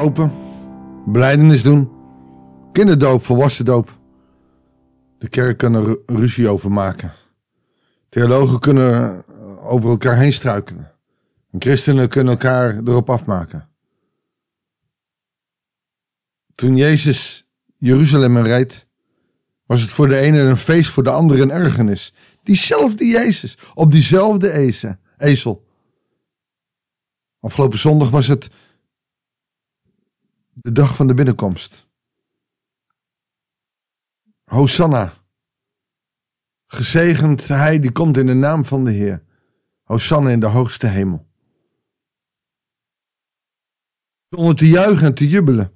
dopen, belijdenis doen, kinderdoop, volwassendoop. De kerk kan er ruzie over maken. Theologen kunnen over elkaar heen struikelen. En christenen kunnen elkaar erop afmaken. Toen Jezus Jeruzalem reed, was het voor de ene een feest, voor de andere een ergernis. Diezelfde Jezus, op diezelfde ezel. Afgelopen zondag was het de dag van de binnenkomst. Hosanna. Gezegend hij die komt in de naam van de Heer. Hosanna in de hoogste hemel. Stonden te juichen en te jubelen.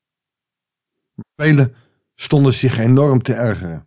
Velen stonden zich enorm te ergeren.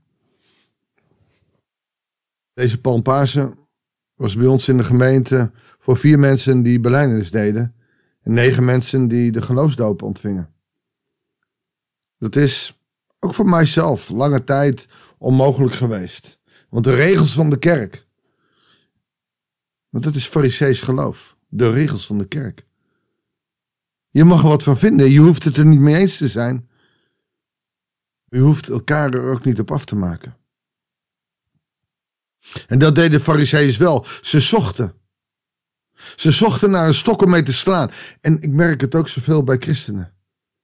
Deze Palmpasen was bij ons in de gemeente voor 4 mensen die belijdenis deden en 9 mensen die de geloofsdoop ontvingen. Dat is ook voor mijzelf lange tijd onmogelijk geweest. Want de regels van de kerk, want dat is Farizees geloof, de regels van de kerk. Je mag er wat van vinden, je hoeft het er niet mee eens te zijn. Je hoeft elkaar er ook niet op af te maken. En dat deden de Farizeeërs wel. Ze zochten. Ze zochten naar een stok om mee te slaan. En ik merk het ook zoveel bij christenen.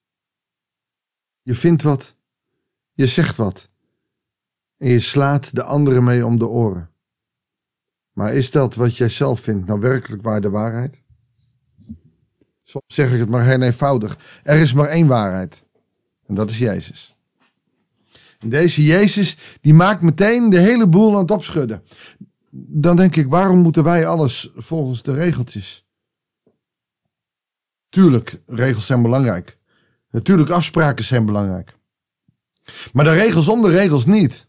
Je vindt wat. Je zegt wat. En je slaat de anderen mee om de oren. Maar is dat wat jij zelf vindt nou werkelijk waar de waarheid? Soms zeg ik het maar heel eenvoudig. Er is maar 1 waarheid. En dat is Jezus. En deze Jezus, die maakt meteen de hele boel aan het opschudden. Dan denk ik, waarom moeten wij alles volgens de regeltjes? Tuurlijk, regels zijn belangrijk. Natuurlijk, afspraken zijn belangrijk. Maar de regels om de regels niet.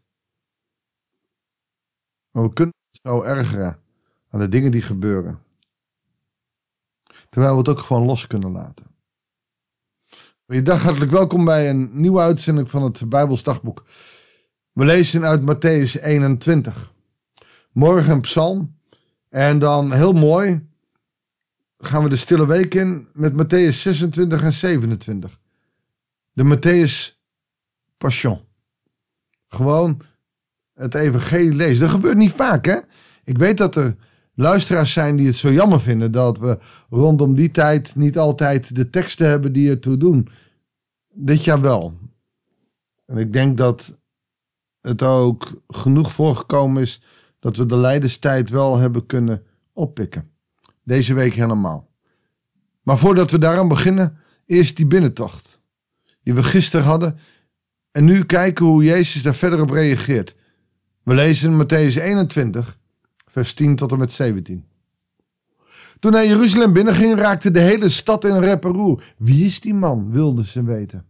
Maar we kunnen ons zo ergeren aan de dingen die gebeuren. Terwijl we het ook gewoon los kunnen laten. Goeiedag, hartelijk welkom bij een nieuwe uitzending van het Bijbels Dagboek. We lezen uit Mattheüs 21. Morgen een psalm. En dan heel mooi gaan we de stille week in met Mattheüs 26 en 27. De Mattheüs Passion. Gewoon het evangelie lezen. Dat gebeurt niet vaak, hè? Ik weet dat er luisteraars zijn die het zo jammer vinden dat we rondom die tijd niet altijd de teksten hebben die ertoe doen. Dit jaar wel. En ik denk dat het ook genoeg voorgekomen is dat we de lijdenstijd wel hebben kunnen oppikken. Deze week helemaal. Maar voordat we daaraan beginnen, eerst die binnentocht die we gisteren hadden en nu kijken hoe Jezus daar verder op reageert. We lezen in Mattheüs 21, vers 10 tot en met 17. Toen hij Jeruzalem binnenging, raakte de hele stad in rep en roer. Wie is die man, wilden ze weten.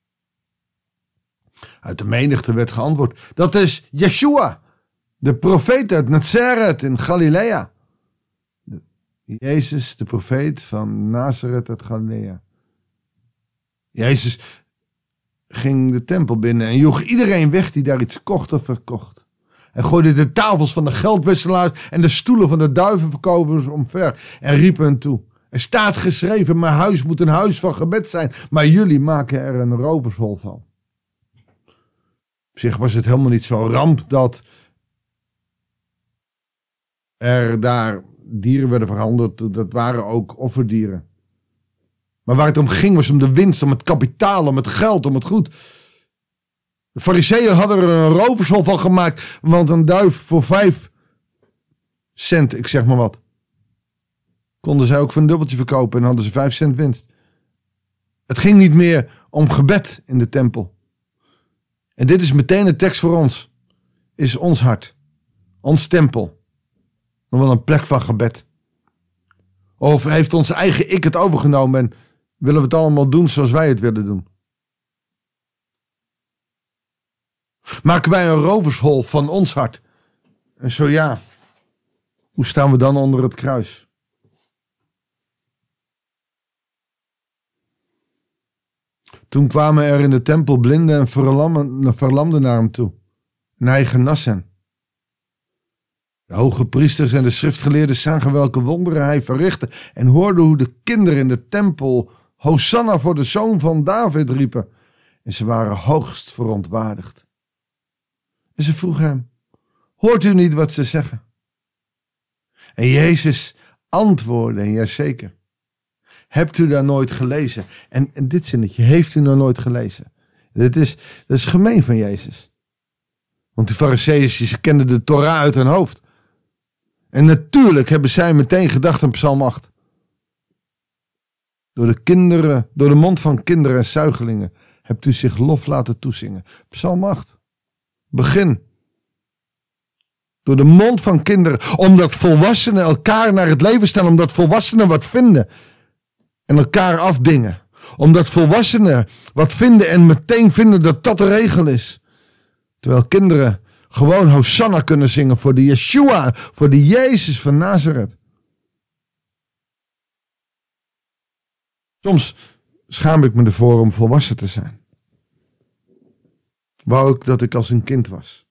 Uit de menigte werd geantwoord, dat is Yeshua, de profeet uit Nazareth in Galilea. Jezus, de profeet van Nazareth uit Galilea. Jezus ging de tempel binnen en joeg iedereen weg die daar iets kocht of verkocht. Hij gooide de tafels van de geldwisselaars en de stoelen van de duivenverkopers omver en riep hen toe. Er staat geschreven, mijn huis moet een huis van gebed zijn, maar jullie maken er een rovershol van. Op zich was het helemaal niet zo'n ramp dat er daar dieren werden verhandeld. Dat waren ook offerdieren. Maar waar het om ging was om de winst, om het kapitaal, om het geld, om het goed. De Farizeeën hadden er een rovershol van gemaakt, want een duif voor 5 cent, ik zeg maar wat, konden zij ook voor een dubbeltje verkopen en hadden ze 5 cent winst. Het ging niet meer om gebed in de tempel. En dit is meteen de tekst voor ons. Is ons hart, ons tempel, nog wel een plek van gebed? Of heeft ons eigen ik het overgenomen en willen we het allemaal doen zoals wij het willen doen? Maken wij een rovershol van ons hart? En zo ja, hoe staan we dan onder het kruis? Toen kwamen er in de tempel blinden en verlamden naar hem toe. En hij genas hen. De hoge priesters en de schriftgeleerden zagen welke wonderen hij verrichtte en hoorden hoe de kinderen in de tempel Hosanna voor de zoon van David, riepen. En ze waren hoogst verontwaardigd. En ze vroegen hem, hoort u niet wat ze zeggen? En Jezus antwoordde, en jazeker. Hebt u daar nooit gelezen? En dit zinnetje, heeft u nou nooit gelezen? Dat is gemeen van Jezus. Want de Farizeeën, ze kenden de Torah uit hun hoofd. En natuurlijk hebben zij meteen gedacht aan Psalm 8. Door de mond van kinderen en zuigelingen hebt u zich lof laten toezingen. Psalm 8. Begin. Door de mond van kinderen. Omdat volwassenen elkaar naar het leven staan. Omdat volwassenen wat vinden. En elkaar afdingen. Omdat volwassenen wat vinden en meteen vinden dat dat de regel is. Terwijl kinderen gewoon Hosanna kunnen zingen voor de Yeshua. Voor de Jezus van Nazareth. Soms schaam ik me ervoor om volwassen te zijn. Wou ik dat ik als een kind was.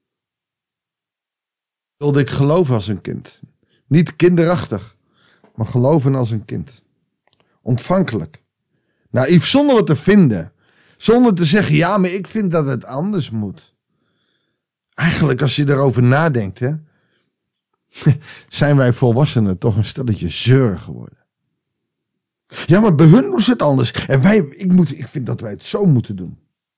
Wilde ik geloven als een kind. Niet kinderachtig, maar geloven als een kind. Ontvankelijk. Naïef, zonder wat te vinden. Zonder te zeggen, ja, maar ik vind dat het anders moet. Eigenlijk, als je daarover nadenkt, hè, zijn wij volwassenen toch een stelletje zeuren geworden. Ja, maar bij hun doen ze het anders. En ik vind dat wij het zo moeten doen.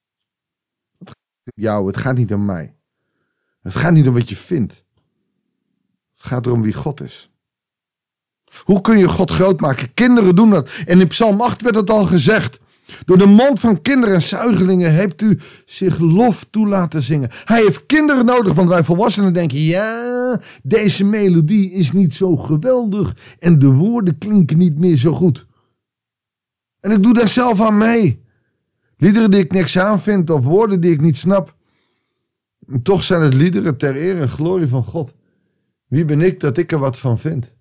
Het gaat niet om mij. Het gaat niet om wat je vindt. Het gaat erom wie God is. Hoe kun je God groot maken? Kinderen doen dat. En in Psalm 8 werd het al gezegd. Door de mond van kinderen en zuigelingen hebt u zich lof toe laten zingen. Hij heeft kinderen nodig, want wij volwassenen denken, ja, deze melodie is niet zo geweldig en de woorden klinken niet meer zo goed. En ik doe daar zelf aan mee. Liederen die ik niks aan vind of woorden die ik niet snap. En toch zijn het liederen ter eer en glorie van God. Wie ben ik dat ik er wat van vind?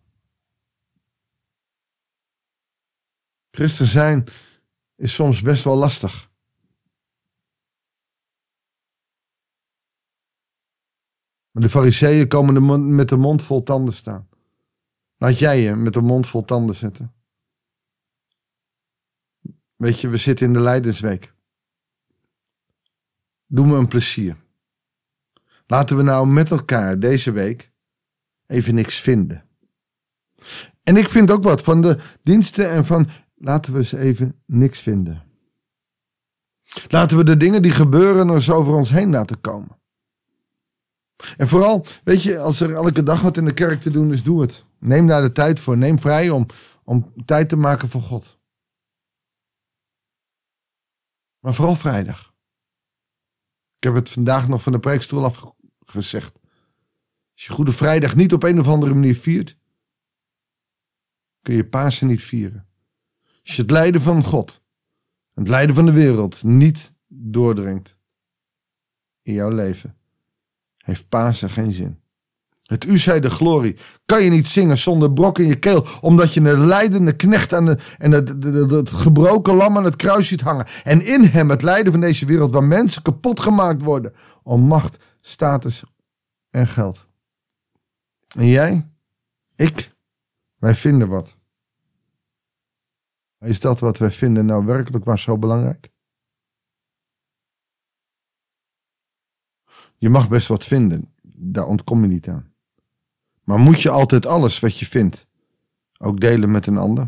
Christen zijn is soms best wel lastig. Maar de Farizeeën komen met de mond vol tanden staan. Laat jij je met de mond vol tanden zetten. Weet je, we zitten in de Lijdensweek. Doe me een plezier. Laten we nou met elkaar deze week even niks vinden. En ik vind ook wat van de diensten en van, laten we eens even niks vinden. Laten we de dingen die gebeuren eens over ons heen laten komen. En vooral, weet je, als er elke dag wat in de kerk te doen is, doe het. Neem daar de tijd voor. Neem vrij om tijd te maken voor God. Maar vooral vrijdag. Ik heb het vandaag nog van de preekstoel afgezegd. Als je Goede Vrijdag niet op een of andere manier viert, kun je Pasen niet vieren. Als je het lijden van God, het lijden van de wereld niet doordringt in jouw leven, heeft Pasen geen zin. Het U zij de glorie kan je niet zingen zonder brok in je keel, omdat je een lijdende knecht en het gebroken lam aan het kruis ziet hangen. En in hem het lijden van deze wereld, waar mensen kapot gemaakt worden om macht, status en geld. En jij? Wij vinden wat. Maar is dat wat wij vinden nou werkelijk maar zo belangrijk? Je mag best wat vinden, daar ontkom je niet aan. Maar moet je altijd alles wat je vindt ook delen met een ander?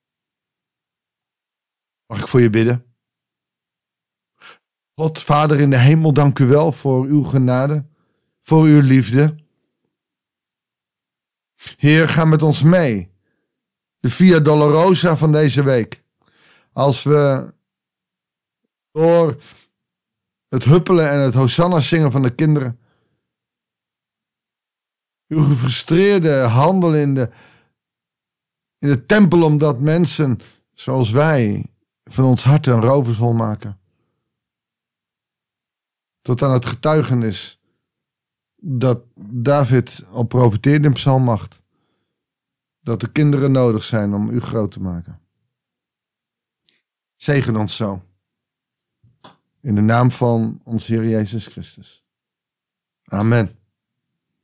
Mag ik voor je bidden? God, Vader in de hemel, dank u wel voor uw genade, voor uw liefde. Heer, ga met ons mee. De Via Dolorosa van deze week. Als we door het huppelen en het Hosanna zingen van de kinderen, uw gefrustreerde handel in de tempel, omdat mensen zoals wij van ons hart een rovershol maken. Tot aan het getuigenis dat David al profeteerde in Psalm 8. Dat de kinderen nodig zijn om u groot te maken. Zegen ons zo. In de naam van onze Heer Jezus Christus. Amen.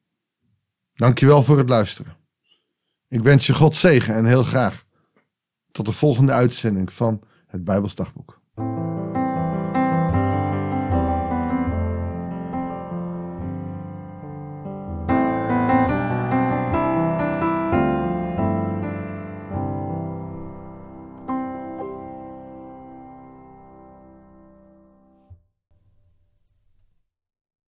Dankjewel voor het luisteren. Ik wens je God zegen en heel graag tot de volgende uitzending van het Bijbels Dagboek.